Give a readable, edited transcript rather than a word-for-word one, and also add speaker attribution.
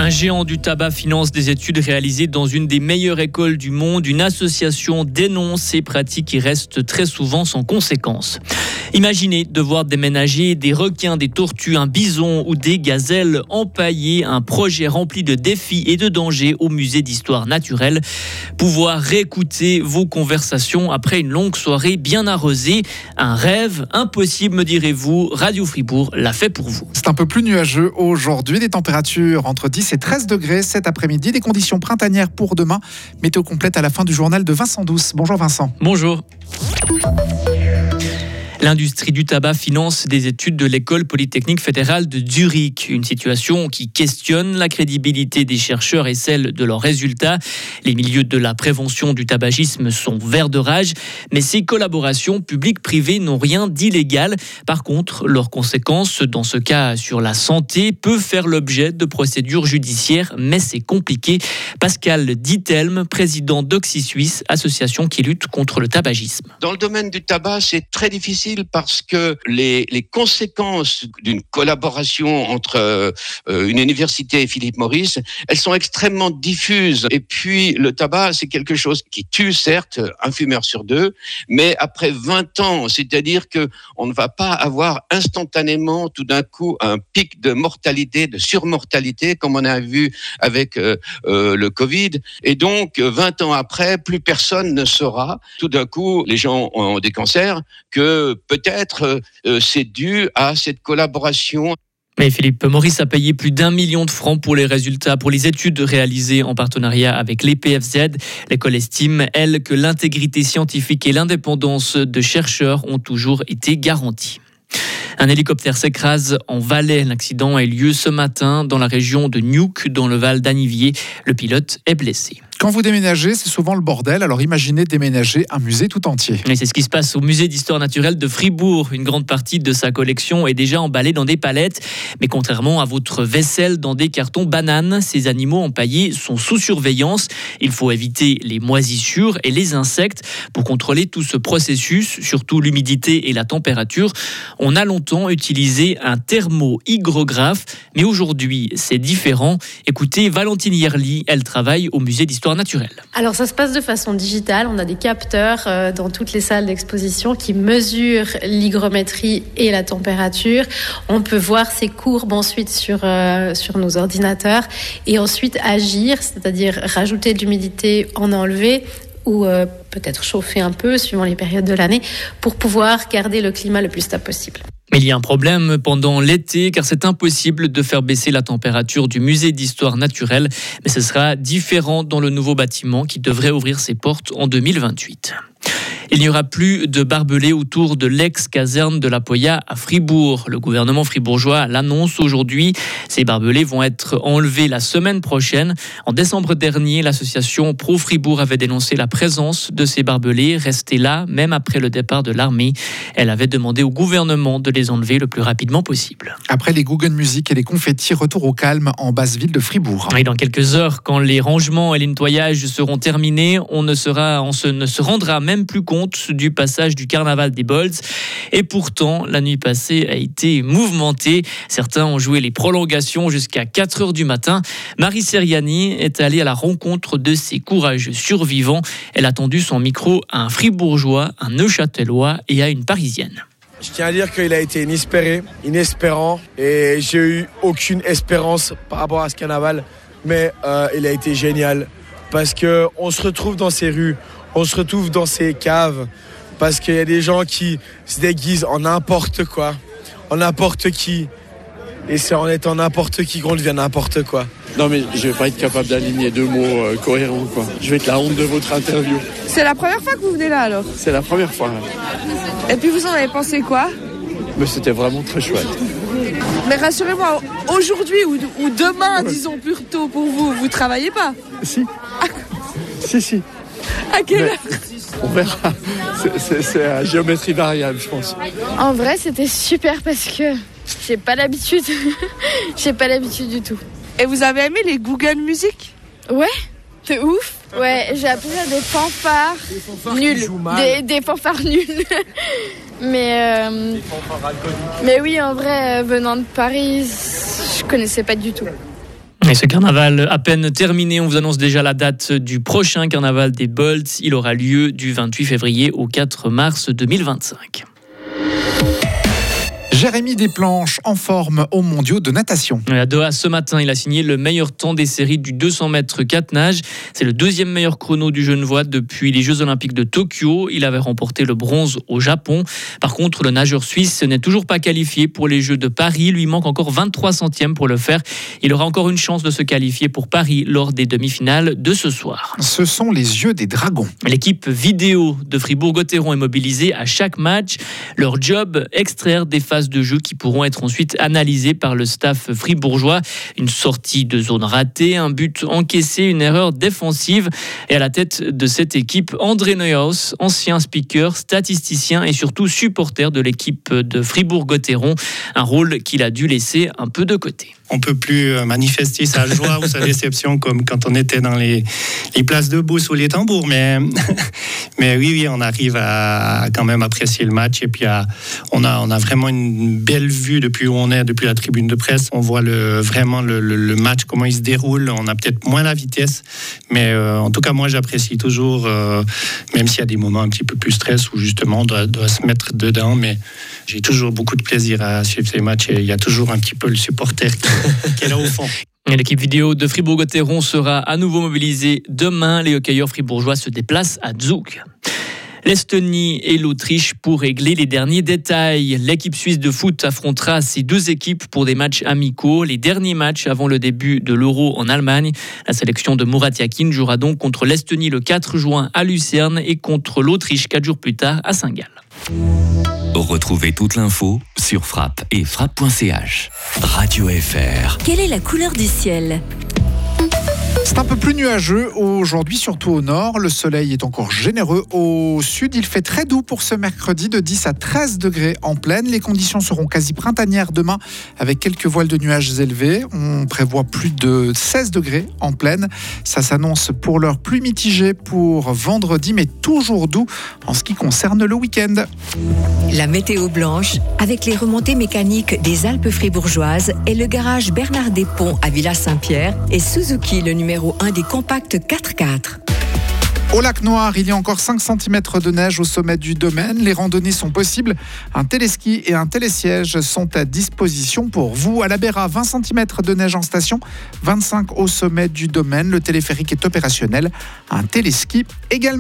Speaker 1: Un géant du tabac finance des études réalisées dans une des meilleures écoles du monde. Une association dénonce ces pratiques qui restent très souvent sans conséquence. Imaginez devoir déménager des requins, des tortues, un bison ou des gazelles empaillées. Un projet rempli de défis et de dangers au musée d'histoire naturelle. Pouvoir réécouter vos conversations après une longue soirée bien arrosée. Un rêve impossible, me direz-vous. Radio Fribourg l'a fait pour vous.
Speaker 2: C'est un peu plus nuageux aujourd'hui. Des températures entre 10 et 13 degrés cet après-midi. Des conditions printanières pour demain. Météo complète à la fin du journal de Vincent Douce. Bonjour Vincent.
Speaker 1: Bonjour. L'industrie du tabac finance des études de l'école polytechnique fédérale de Zurich. Une situation qui questionne la crédibilité des chercheurs et celle de leurs résultats. Les milieux de la prévention du tabagisme sont verts de rage, mais ces collaborations publiques-privées n'ont rien d'illégal. Par contre, leurs conséquences, dans ce cas sur la santé, peuvent faire l'objet de procédures judiciaires, mais c'est compliqué. Pascal Dittelm, président d'Oxy-Suisse, association qui lutte contre le tabagisme.
Speaker 3: Dans le domaine du tabac, c'est très difficile parce que les conséquences d'une collaboration entre une université et Philip Morris, elles sont extrêmement diffuses. Et puis, le tabac, c'est quelque chose qui tue, certes, un fumeur sur deux, mais après 20 ans, c'est-à-dire que on ne va pas avoir instantanément, tout d'un coup, un pic de mortalité, de surmortalité, comme on a vu avec le Covid. Et donc, 20 ans après, plus personne ne saura, tout d'un coup, les gens ont des cancers, que peut-être c'est dû à cette collaboration.
Speaker 1: Mais Philippe Morris a payé plus d'1 million de francs pour les résultats, pour les études réalisées en partenariat avec l'EPFZ. L'école estime, elle, que l'intégrité scientifique et l'indépendance de chercheurs ont toujours été garanties. Un hélicoptère s'écrase en Valais. L'accident a eu lieu ce matin dans la région de Nuuk, dans le Val d'Anniviers. Le pilote est blessé.
Speaker 2: Quand vous déménagez, c'est souvent le bordel. Alors imaginez déménager un musée tout entier.
Speaker 1: Et c'est ce qui se passe au musée d'histoire naturelle de Fribourg. Une grande partie de sa collection est déjà emballée dans des palettes. Mais contrairement à votre vaisselle dans des cartons bananes, ces animaux empaillés sont sous surveillance. Il faut éviter les moisissures et les insectes. Pour contrôler tout ce processus, surtout l'humidité et la température, on a longtemps utilisé un thermo-hygrographe. Mais aujourd'hui, c'est différent. Écoutez Valentine Yerli, elle travaille au musée d'histoire naturelle.
Speaker 4: Alors ça se passe de façon digitale, on a des capteurs dans toutes les salles d'exposition qui mesurent l'hygrométrie et la température. On peut voir ces courbes ensuite sur nos ordinateurs et ensuite agir, c'est-à-dire rajouter de l'humidité, en enlever ou peut-être chauffer un peu suivant les périodes de l'année pour pouvoir garder le climat le plus stable possible.
Speaker 1: Mais il y a un problème pendant l'été car c'est impossible de faire baisser la température du musée d'histoire naturelle. Mais ce sera différent dans le nouveau bâtiment qui devrait ouvrir ses portes en 2028. Il n'y aura plus de barbelés autour de l'ex-caserne de la Poya à Fribourg. Le gouvernement fribourgeois l'annonce aujourd'hui. Ces barbelés vont être enlevés la semaine prochaine. En décembre dernier, l'association Pro-Fribourg avait dénoncé la présence de ces barbelés restés là, même après le départ de l'armée. Elle avait demandé au gouvernement de les enlever le plus rapidement possible.
Speaker 2: Après les Guggen Music et les confettis, retour au calme en basse ville de Fribourg.
Speaker 1: Et dans quelques heures, quand les rangements et les nettoyages seront terminés, on ne se rendra même plus compte du passage du carnaval des Bolts. Et pourtant, la nuit passée a été mouvementée. Certains ont joué les prolongations jusqu'à 4h du matin. Marie Seriani est allée à la rencontre de ces courageux survivants. Elle a tendu son micro à un Fribourgeois, un Neuchâtelois et à une Parisienne.
Speaker 5: Je tiens à dire qu'il a été inespérant et j'ai eu aucune espérance par rapport à ce carnaval. Mais il a été génial parce qu'on se retrouve dans ces rues. On se retrouve dans ces caves parce qu'il y a des gens qui se déguisent en n'importe quoi, en n'importe qui. Et c'est en étant n'importe qui qu'on devient n'importe quoi.
Speaker 6: Non mais je vais pas être capable d'aligner deux mots cohérents quoi. Je vais être la honte de votre interview.
Speaker 7: C'est la première fois que vous venez là alors ?
Speaker 6: C'est la première fois.
Speaker 7: Et puis vous en avez pensé quoi ?
Speaker 6: Mais c'était vraiment très chouette.
Speaker 7: Mais rassurez-moi, aujourd'hui ou demain, disons plutôt pour vous, vous travaillez pas ?
Speaker 6: Si. Si.
Speaker 7: À quelle heure ?
Speaker 6: On verra. C'est à géométrie variable, je pense.
Speaker 8: En vrai, c'était super parce que j'ai pas l'habitude. J'ai pas l'habitude du tout.
Speaker 7: Et vous avez aimé les Guggen Music ?
Speaker 8: Ouais, c'est ouf. Ouais, j'ai appris à des fanfares nuls. Des fanfares nuls. Mais oui, en vrai, venant de Paris, je connaissais pas du tout.
Speaker 1: Et ce carnaval à peine terminé, on vous annonce déjà la date du prochain carnaval des Bolts. Il aura lieu du 28 février au 4 mars 2025.
Speaker 2: Jérémy Desplanches en forme aux mondiaux de natation.
Speaker 1: À Doha ce matin, il a signé le meilleur temps des séries du 200 mètres 4 nages. C'est le deuxième meilleur chrono du Genevois depuis les Jeux Olympiques de Tokyo. Il avait remporté le bronze au Japon. Par contre, le nageur suisse n'est toujours pas qualifié pour les Jeux de Paris. Il lui manque encore 23 centièmes pour le faire. Il aura encore une chance de se qualifier pour Paris lors des demi-finales de ce soir.
Speaker 2: Ce sont les yeux des dragons.
Speaker 1: L'équipe vidéo de Fribourg-Gotteron est mobilisée à chaque match. Leur job, extraire des phases de jeu qui pourront être ensuite analysées par le staff fribourgeois. Une sortie de zone ratée, un but encaissé, une erreur défensive. Et à la tête de cette équipe, André Neuhaus, ancien speaker, statisticien et surtout supporter de l'équipe de Fribourg-Gotteron. Un rôle qu'il a dû laisser un peu de côté.
Speaker 9: On ne peut plus manifester sa joie ou sa déception comme quand on était dans les places debout sous les tambours. Mais oui, on arrive à quand même apprécier le match. Et puis, on a vraiment une belle vue depuis où on est, depuis la tribune de presse. On voit vraiment le match, comment il se déroule. On a peut-être moins la vitesse. Mais en tout cas, moi, j'apprécie toujours, même s'il y a des moments un petit peu plus stress où justement on doit se mettre dedans. Mais j'ai toujours beaucoup de plaisir à suivre ces matchs. Et il y a toujours un petit peu le supporter qui est là au fond.
Speaker 1: Et l'équipe vidéo de Fribourg-Gotteron sera à nouveau mobilisée demain. Les hockeyeurs fribourgeois se déplacent à Zug. L'Estonie et l'Autriche pour régler les derniers détails. L'équipe suisse de foot affrontera ces deux équipes pour des matchs amicaux. Les derniers matchs avant le début de l'Euro en Allemagne. La sélection de Murat Yakin jouera donc contre l'Estonie le 4 juin à Lucerne et contre l'Autriche 4 jours plus tard à Saint-Gall.
Speaker 10: Retrouvez toute l'info sur Frappe et frappe.ch. Radio FR.
Speaker 11: Quelle est la couleur du ciel ?
Speaker 2: C'est un peu plus nuageux aujourd'hui, surtout au nord. Le soleil est encore généreux. Au sud, il fait très doux pour ce mercredi, de 10 à 13 degrés en pleine. Les conditions seront quasi printanières demain, avec quelques voiles de nuages élevés. On prévoit plus de 16 degrés en pleine. Ça s'annonce pour l'heure plus mitigé pour vendredi, mais toujours doux en ce qui concerne le week-end.
Speaker 11: La météo blanche, avec les remontées mécaniques des Alpes fribourgeoises et le garage Bernard Despont à Villars-Saint-Pierre et Suzuki, le numéro 1 des compacts 4x4.
Speaker 2: Au lac Noir, il y a encore 5 cm de neige au sommet du domaine. Les randonnées sont possibles. Un téléski et un télésiège sont à disposition pour vous. À la Béra, 20 cm de neige en station, 25 au sommet du domaine. Le téléphérique est opérationnel. Un téléski également.